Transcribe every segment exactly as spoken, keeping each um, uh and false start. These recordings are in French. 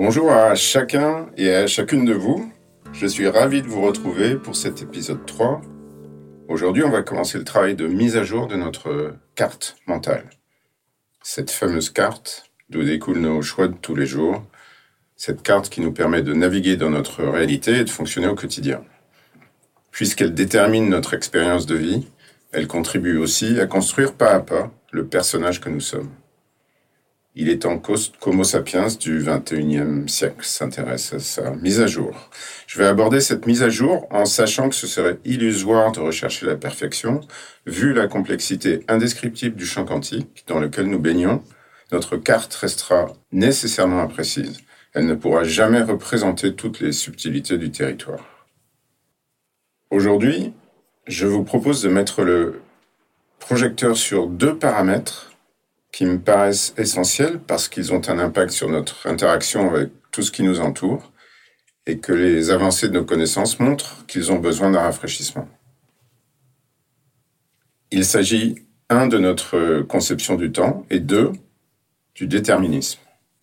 Bonjour à chacun et à chacune de vous. Je suis ravi de vous retrouver pour cet épisode trois. Aujourd'hui, on va commencer le travail de mise à jour de notre carte mentale. Cette fameuse carte d'où découlent nos choix de tous les jours. Cette carte qui nous permet de naviguer dans notre réalité et de fonctionner au quotidien. Puisqu'elle détermine notre expérience de vie, elle contribue aussi à construire pas à pas le personnage que nous sommes. Il est temps qu'Homo sapiens du vingt et unième siècle s'intéresse à sa mise à jour. Je vais aborder cette mise à jour en sachant que ce serait illusoire de rechercher la perfection, vu la complexité indescriptible du champ quantique dans lequel nous baignons. Notre carte restera nécessairement imprécise. Elle ne pourra jamais représenter toutes les subtilités du territoire. Aujourd'hui, je vous propose de mettre le projecteur sur deux paramètres qui me paraissent essentiels parce qu'ils ont un impact sur notre interaction avec tout ce qui nous entoure et que les avancées de nos connaissances montrent qu'ils ont besoin d'un rafraîchissement. Il s'agit, un, de notre conception du temps et deux, du déterminisme.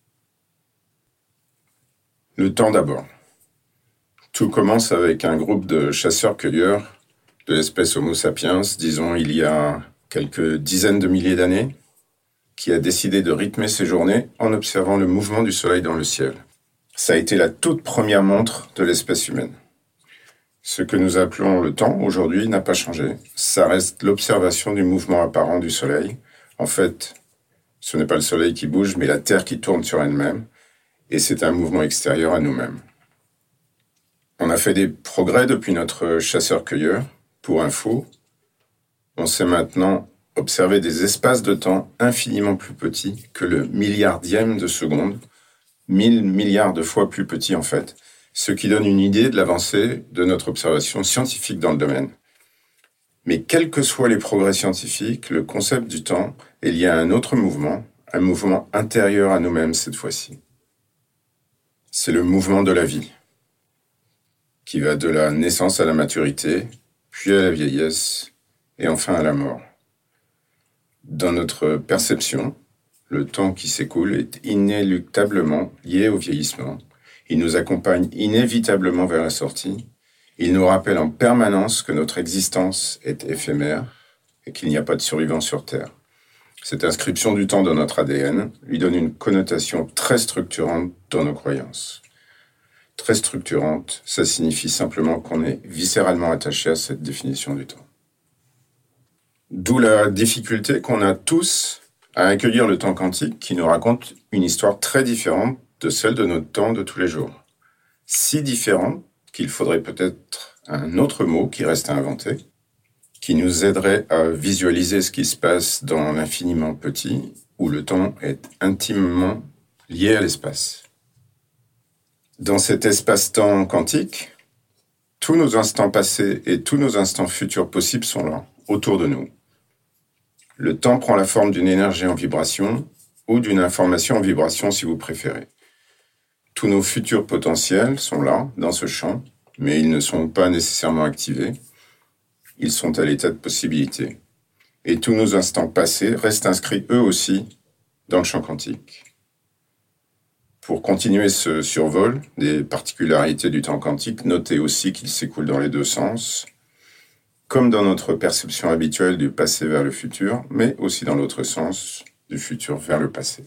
Le temps d'abord. Tout commence avec un groupe de chasseurs-cueilleurs de l'espèce Homo sapiens, disons il y a quelques dizaines de milliers d'années, qui a décidé de rythmer ses journées en observant le mouvement du soleil dans le ciel. Ça a été la toute première montre de l'espèce humaine. Ce que nous appelons le temps aujourd'hui n'a pas changé. Ça reste l'observation du mouvement apparent du soleil. En fait, ce n'est pas le soleil qui bouge, mais la Terre qui tourne sur elle-même. Et c'est un mouvement extérieur à nous-mêmes. On a fait des progrès depuis notre chasseur-cueilleur. Pour info, on sait maintenant observer des espaces de temps infiniment plus petits que le milliardième de seconde, mille milliards de fois plus petits en fait, ce qui donne une idée de l'avancée de notre observation scientifique dans le domaine. Mais quels que soient les progrès scientifiques, le concept du temps est lié à un autre mouvement, un mouvement intérieur à nous-mêmes cette fois-ci. C'est le mouvement de la vie, qui va de la naissance à la maturité, puis à la vieillesse, et enfin à la mort. Dans notre perception, le temps qui s'écoule est inéluctablement lié au vieillissement. Il nous accompagne inévitablement vers la sortie. Il nous rappelle en permanence que notre existence est éphémère et qu'il n'y a pas de survivants sur Terre. Cette inscription du temps dans notre A D N lui donne une connotation très structurante dans nos croyances. Très structurante, ça signifie simplement qu'on est viscéralement attaché à cette définition du temps. D'où la difficulté qu'on a tous à accueillir le temps quantique qui nous raconte une histoire très différente de celle de notre temps de tous les jours. Si différente qu'il faudrait peut-être un autre mot qui reste à inventer, qui nous aiderait à visualiser ce qui se passe dans l'infiniment petit, où le temps est intimement lié à l'espace. Dans cet espace-temps quantique, tous nos instants passés et tous nos instants futurs possibles sont là, autour de nous. Le temps prend la forme d'une énergie en vibration ou d'une information en vibration si vous préférez. Tous nos futurs potentiels sont là, dans ce champ, mais ils ne sont pas nécessairement activés. Ils sont à l'état de possibilité. Et tous nos instants passés restent inscrits eux aussi dans le champ quantique. Pour continuer ce survol des particularités du temps quantique, notez aussi qu'il s'écoule dans les deux sens, comme dans notre perception habituelle du passé vers le futur, mais aussi dans l'autre sens, du futur vers le passé.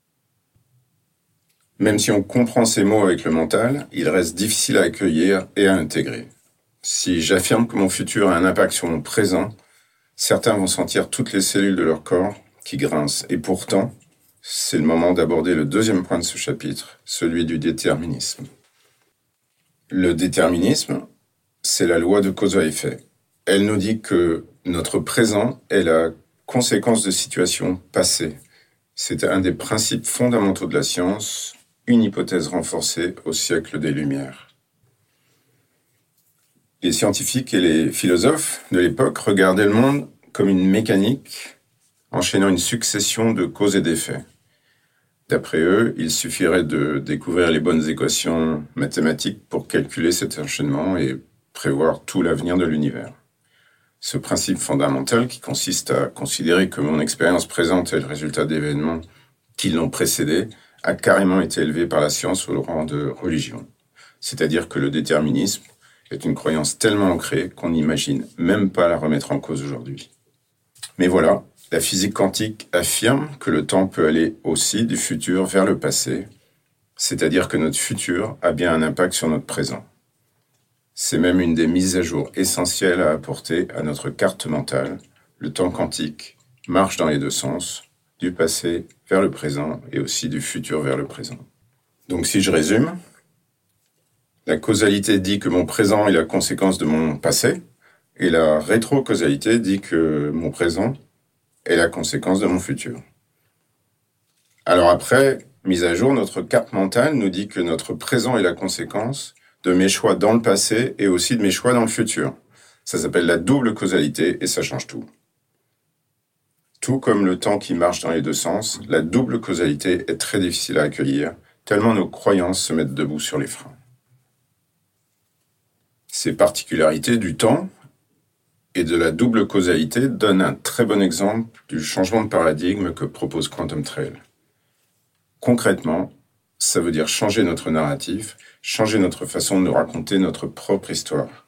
Même si on comprend ces mots avec le mental, il reste difficile à accueillir et à intégrer. Si j'affirme que mon futur a un impact sur mon présent, certains vont sentir toutes les cellules de leur corps qui grincent. Et pourtant, c'est le moment d'aborder le deuxième point de ce chapitre, celui du déterminisme. Le déterminisme, c'est la loi de cause à effet. Elle nous dit que notre présent est la conséquence de situations passées. C'est un des principes fondamentaux de la science, une hypothèse renforcée au siècle des Lumières. Les scientifiques et les philosophes de l'époque regardaient le monde comme une mécanique, enchaînant une succession de causes et d'effets. D'après eux, il suffirait de découvrir les bonnes équations mathématiques pour calculer cet enchaînement et prévoir tout l'avenir de l'univers. Ce principe fondamental qui consiste à considérer que mon expérience présente est le résultat d'événements qui l'ont précédée a carrément été élevé par la science au rang de religion. C'est-à-dire que le déterminisme est une croyance tellement ancrée qu'on n'imagine même pas la remettre en cause aujourd'hui. Mais voilà, la physique quantique affirme que le temps peut aller aussi du futur vers le passé, c'est-à-dire que notre futur a bien un impact sur notre présent. C'est même une des mises à jour essentielles à apporter à notre carte mentale. Le temps quantique marche dans les deux sens, du passé vers le présent et aussi du futur vers le présent. Donc si je résume, la causalité dit que mon présent est la conséquence de mon passé, et la rétrocausalité dit que mon présent est la conséquence de mon futur. Alors après, mise à jour, notre carte mentale nous dit que notre présent est la conséquence de mes choix dans le passé et aussi de mes choix dans le futur. Ça s'appelle la double causalité et ça change tout. Tout comme le temps qui marche dans les deux sens, la double causalité est très difficile à accueillir, tellement nos croyances se mettent debout sur les freins. Ces particularités du temps et de la double causalité donnent un très bon exemple du changement de paradigme que propose Quantum Trail. Concrètement, ça veut dire changer notre narratif, changer notre façon de nous raconter notre propre histoire.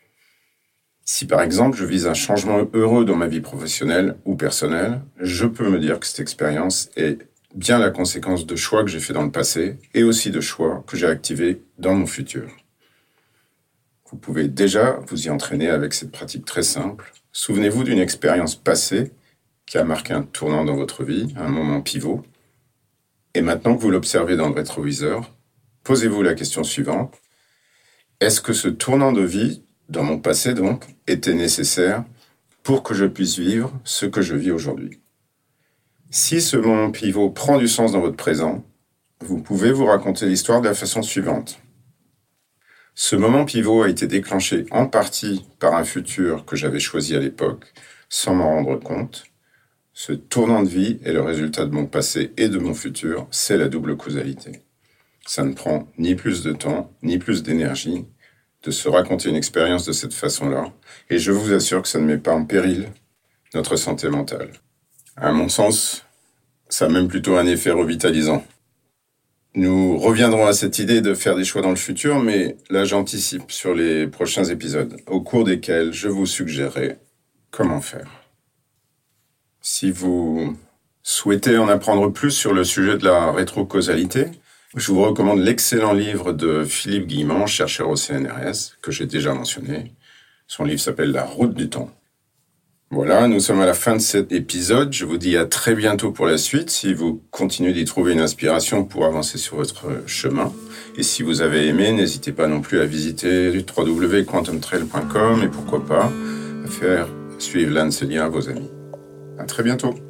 Si par exemple je vise un changement heureux dans ma vie professionnelle ou personnelle, je peux me dire que cette expérience est bien la conséquence de choix que j'ai faits dans le passé et aussi de choix que j'ai activés dans mon futur. Vous pouvez déjà vous y entraîner avec cette pratique très simple. Souvenez-vous d'une expérience passée qui a marqué un tournant dans votre vie, un moment pivot. Et maintenant que vous l'observez dans le rétroviseur, posez-vous la question suivante. Est-ce que ce tournant de vie, dans mon passé donc, était nécessaire pour que je puisse vivre ce que je vis aujourd'hui? Si ce moment pivot prend du sens dans votre présent, vous pouvez vous raconter l'histoire de la façon suivante. Ce moment pivot a été déclenché en partie par un futur que j'avais choisi à l'époque, sans m'en rendre compte. Ce tournant de vie est le résultat de mon passé et de mon futur, c'est la double causalité. Ça ne prend ni plus de temps, ni plus d'énergie de se raconter une expérience de cette façon-là, et je vous assure que ça ne met pas en péril notre santé mentale. À mon sens, ça a même plutôt un effet revitalisant. Nous reviendrons à cette idée de faire des choix dans le futur, mais là j'anticipe sur les prochains épisodes, au cours desquels je vous suggérerai comment faire. Si vous souhaitez en apprendre plus sur le sujet de la rétrocausalité, je vous recommande l'excellent livre de Philippe Guillemant, chercheur au C N R S, que j'ai déjà mentionné. Son livre s'appelle « La route du temps ». Voilà, nous sommes à la fin de cet épisode. Je vous dis à très bientôt pour la suite, si vous continuez d'y trouver une inspiration pour avancer sur votre chemin. Et si vous avez aimé, n'hésitez pas non plus à visiter w w w point quantum trail point com et pourquoi pas à faire suivre l'un de ces liens à vos amis. À très bientôt.